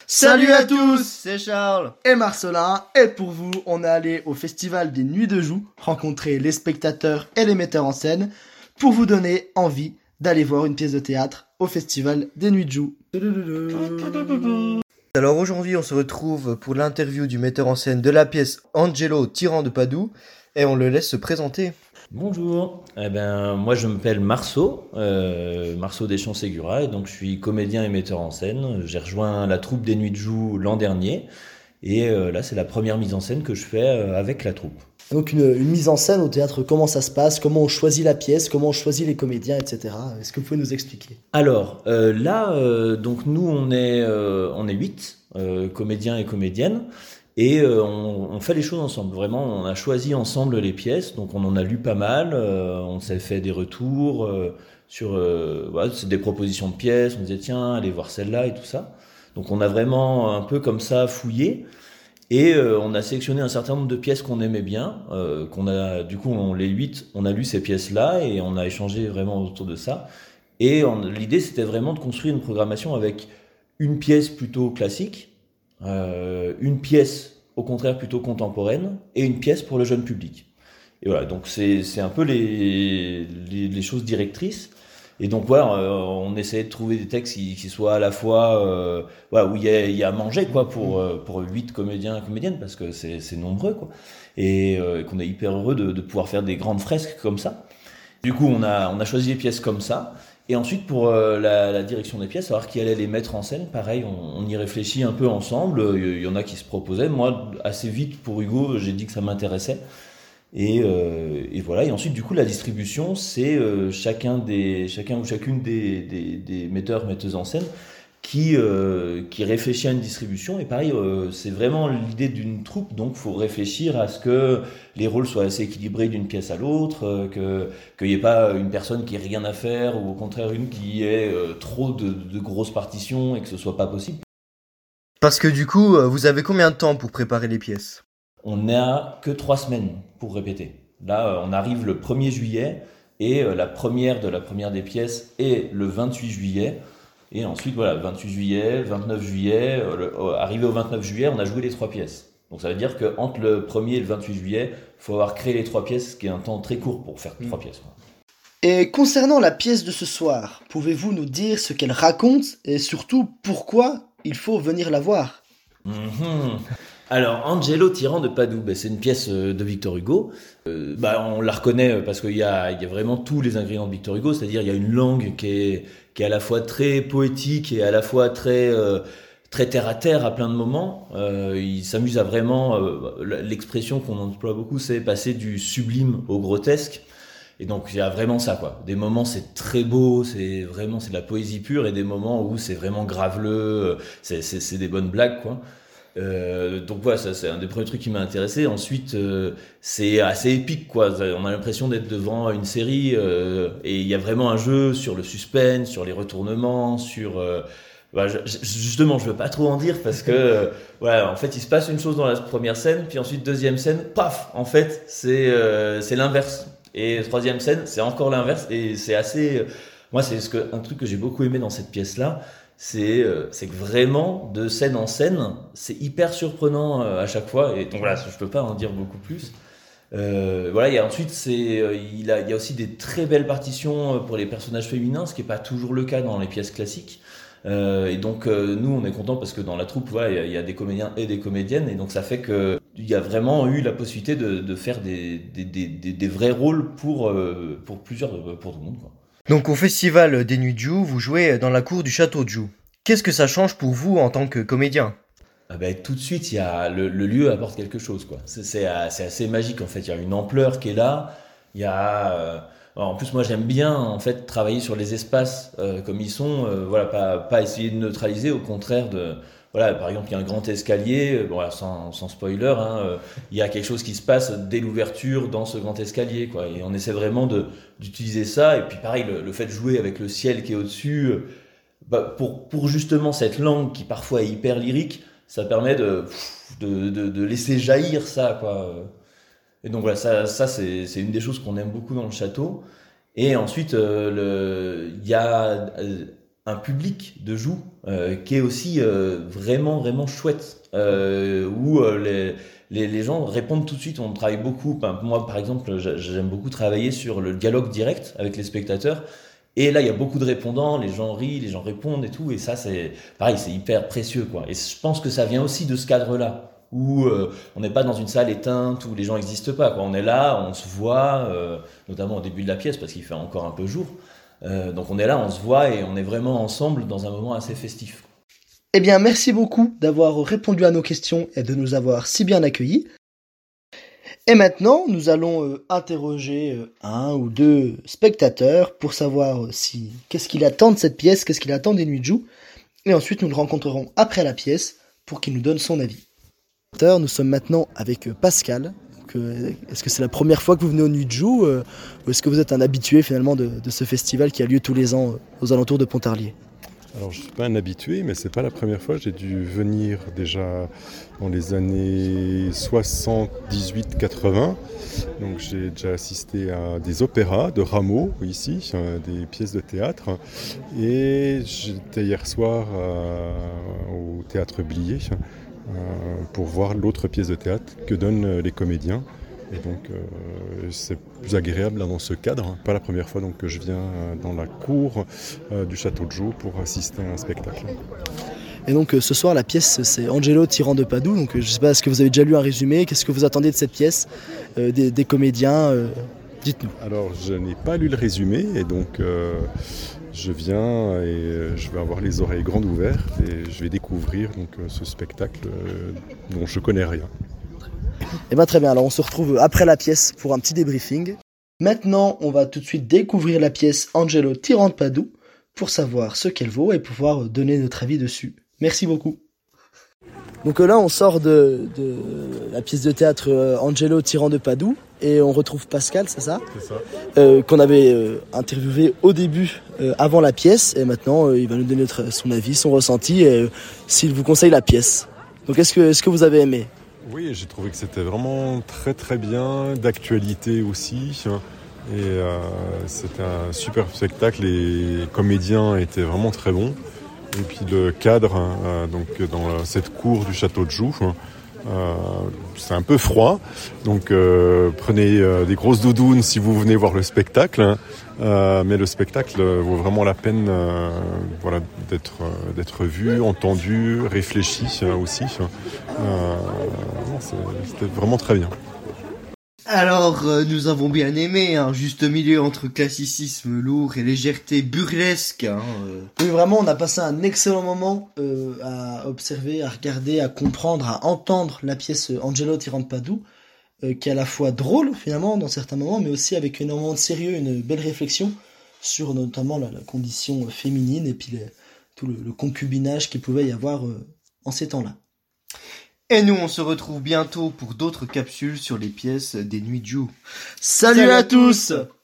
Salut à tous, c'est Charles et Marcelin, et pour vous, on est allé au festival des Nuits de Joux, rencontrer les spectateurs et les metteurs en scène, pour vous donner envie d'aller voir une pièce de théâtre au festival des Nuits de Joux. Alors aujourd'hui on se retrouve pour l'interview du metteur en scène de la pièce Angelo Tyran de Padoue et on le laisse se présenter. Bonjour, moi je m'appelle Marceau Deschamps-Ségura et donc je suis comédien et metteur en scène. J'ai rejoint la troupe des Nuits de Joux l'an dernier et là c'est la première mise en scène que je fais avec la troupe. Donc une mise en scène au théâtre, comment ça se passe, comment on choisit la pièce, comment on choisit les comédiens, etc. Est-ce que vous pouvez nous expliquer ? Alors donc nous on est 8 comédiens et comédiennes. Et on fait les choses ensemble. Vraiment, on a choisi ensemble les pièces. Donc, on en a lu pas mal. On s'est fait des retours sur c'est des propositions de pièces. On disait tiens, allez voir celle-là et tout ça. Donc, on a vraiment un peu comme ça fouillé. Et on a sélectionné un certain nombre de pièces qu'on aimait bien. Les 8, on a lu ces pièces-là et on a échangé vraiment autour de ça. Et l'idée, c'était vraiment de construire une programmation avec une pièce plutôt classique. Une pièce au contraire plutôt contemporaine et une pièce pour le jeune public. Et voilà, donc c'est un peu les choses directrices. Et donc voilà, on essayait de trouver des textes qui soient à la fois où il y a à manger quoi pour 8 comédiens et comédiennes parce que c'est nombreux quoi. Et qu'on est hyper heureux de pouvoir faire des grandes fresques comme ça. Du coup, on a choisi les pièces comme ça. Et ensuite, pour la direction des pièces, savoir qui allait les mettre en scène, pareil, on y réfléchit un peu ensemble. Il y en a qui se proposaient. Moi, assez vite, pour Hugo, j'ai dit que ça m'intéressait. Et voilà. Et ensuite, du coup, la distribution, c'est chacun ou chacune des metteurs, metteuses en scène qui réfléchit à une distribution. Et pareil, c'est vraiment l'idée d'une troupe, donc il faut réfléchir à ce que les rôles soient assez équilibrés d'une pièce à l'autre, qu'il n'y ait pas une personne qui ait rien à faire, ou au contraire une qui ait trop de grosses partitions et que ce soit pas possible. Parce que du coup, vous avez combien de temps pour préparer les pièces ? On n'a que 3 semaines pour répéter. Là, on arrive le 1er juillet, et la première des pièces est le 28 juillet. Et ensuite, voilà, 28 juillet, 29 juillet, arrivé au 29 juillet, on a joué les 3 pièces. Donc ça veut dire qu'entre le 1er et le 28 juillet, il faut avoir créé les 3 pièces, ce qui est un temps très court pour faire 3 pièces. Et concernant la pièce de ce soir, pouvez-vous nous dire ce qu'elle raconte et surtout pourquoi il faut venir la voir ? Alors, Angelo Tyran de Padoue, c'est une pièce de Victor Hugo. On la reconnaît parce qu'il y a vraiment tous les ingrédients de Victor Hugo, c'est-à-dire il y a une langue qui est à la fois très poétique et à la fois très terre à terre à plein de moments. Il s'amuse à vraiment l'expression qu'on emploie beaucoup, c'est passer du sublime au grotesque. Et donc il y a vraiment ça quoi. Des moments c'est très beau, c'est de la poésie pure, et des moments où c'est vraiment graveleux, c'est des bonnes blagues quoi. Donc voilà, ça c'est un des premiers trucs qui m'a intéressé. Ensuite, c'est assez épique quoi. On a l'impression d'être devant une série et il y a vraiment un jeu sur le suspense, sur les retournements, justement, je veux pas trop en dire parce que en fait, il se passe une chose dans la première scène, puis ensuite deuxième scène, paf, en fait, c'est l'inverse. Et troisième scène, c'est encore l'inverse, et c'est assez. Moi, un truc que j'ai beaucoup aimé dans cette pièce-là. C'est que vraiment, de scène en scène, c'est hyper surprenant à chaque fois. Et donc voilà, je peux pas en dire beaucoup plus. Ensuite, il y a aussi des très belles partitions pour les personnages féminins, ce qui est pas toujours le cas dans les pièces classiques. Et donc nous, on est contents parce que dans la troupe, il y a des comédiens et des comédiennes, et donc ça fait que il y a vraiment eu la possibilité de faire des vrais rôles pour tout le monde, quoi. Donc au festival des Nuits de Joux, vous jouez dans la cour du château de Joux. Qu'est-ce que ça change pour vous en tant que comédien ? Tout de suite, il y a le lieu apporte quelque chose, quoi. C'est assez magique en fait. Il y a une ampleur qui est là. Il y a en plus, moi j'aime bien en fait travailler sur les espaces comme ils sont. Pas essayer de neutraliser, au contraire de par exemple, il y a un grand escalier, sans spoiler, il y a quelque chose qui se passe dès l'ouverture dans ce grand escalier, quoi. Et on essaie vraiment d'utiliser ça. Et puis pareil, le fait de jouer avec le ciel qui est au-dessus, pour justement cette langue qui parfois est hyper lyrique, ça permet de laisser jaillir ça, quoi. Et donc voilà, ça c'est une des choses qu'on aime beaucoup dans le château. Et ensuite, il y a un public de joue qui est aussi vraiment vraiment chouette, où les gens répondent tout de suite. On travaille beaucoup. Moi, par exemple, j'aime beaucoup travailler sur le dialogue direct avec les spectateurs. Et là, il y a beaucoup de répondants, les gens rient, les gens répondent et tout. Et ça, c'est pareil, c'est hyper précieux, quoi. Et je pense que ça vient aussi de ce cadre-là, où on n'est pas dans une salle éteinte, où les gens n'existent pas, quoi. On est là, on se voit, notamment au début de la pièce, parce qu'il fait encore un peu jour. Donc on est là, on se voit et on est vraiment ensemble dans un moment assez festif. Eh bien, merci beaucoup d'avoir répondu à nos questions et de nous avoir si bien accueillis. Et maintenant, nous allons interroger un ou deux spectateurs pour savoir qu'est-ce qu'il attend de cette pièce, qu'est-ce qu'il attend des Nuits de Joux. Et ensuite, nous le rencontrerons après la pièce pour qu'il nous donne son avis. Nous sommes maintenant avec Pascal. Donc, est-ce que c'est la première fois que vous venez aux Nuits de Joux ou est-ce que vous êtes un habitué finalement de ce festival qui a lieu tous les ans aux alentours de Pontarlier ? Alors je ne suis pas un habitué, mais ce n'est pas la première fois. J'ai dû venir déjà dans les années 78-80. Donc j'ai déjà assisté à des opéras de Rameau ici, des pièces de théâtre. Et j'étais hier soir au Théâtre Blier pour voir l'autre pièce de théâtre que donnent les comédiens. Et donc c'est plus agréable dans ce cadre. Pas la première fois donc, que je viens dans la cour du Château de Joux pour assister à un spectacle. Et donc ce soir la pièce c'est Angelo Tyran de Padoue. Donc je ne sais pas, est-ce que vous avez déjà lu un résumé ? Qu'est-ce que vous attendez de cette pièce des comédiens dites-nous. Alors je n'ai pas lu le résumé et donc je viens et je vais avoir les oreilles grandes ouvertes et je vais découvrir donc, ce spectacle dont je connais rien. Eh bien très bien, alors on se retrouve après la pièce pour un petit débriefing. Maintenant, on va tout de suite découvrir la pièce Angelo Tyran de Padoue pour savoir ce qu'elle vaut et pouvoir donner notre avis dessus. Merci beaucoup. Donc là, on sort de la pièce de théâtre Angelo Tyran de Padoue et on retrouve Pascal, c'est ça ? C'est ça. Qu'on avait interviewé au début, avant la pièce, et maintenant il va nous donner son avis, son ressenti et s'il vous conseille la pièce. Donc est-ce que vous avez aimé ? Oui, j'ai trouvé que c'était vraiment très très bien, d'actualité aussi. Et c'était un super spectacle, les comédiens étaient vraiment très bons. Et puis le cadre, donc dans cette cour du Château de Joux, c'est un peu froid. Donc prenez des grosses doudounes si vous venez voir le spectacle. Mais le spectacle vaut vraiment la peine voilà, d'être vu, entendu, réfléchi aussi. C'était vraiment très bien. Alors, nous avons bien aimé un juste milieu entre classicisme lourd et légèreté burlesque. Oui, vraiment, on a passé un excellent moment à observer, à regarder, à comprendre, à entendre la pièce Angelo Tyran de Padoue, qui est à la fois drôle, finalement, dans certains moments, mais aussi avec énormément de sérieux, une belle réflexion sur notamment la condition féminine et puis tout le concubinage qu'il pouvait y avoir en ces temps-là. Et nous, on se retrouve bientôt pour d'autres capsules sur les pièces des Nuits de Joux. Salut à tous!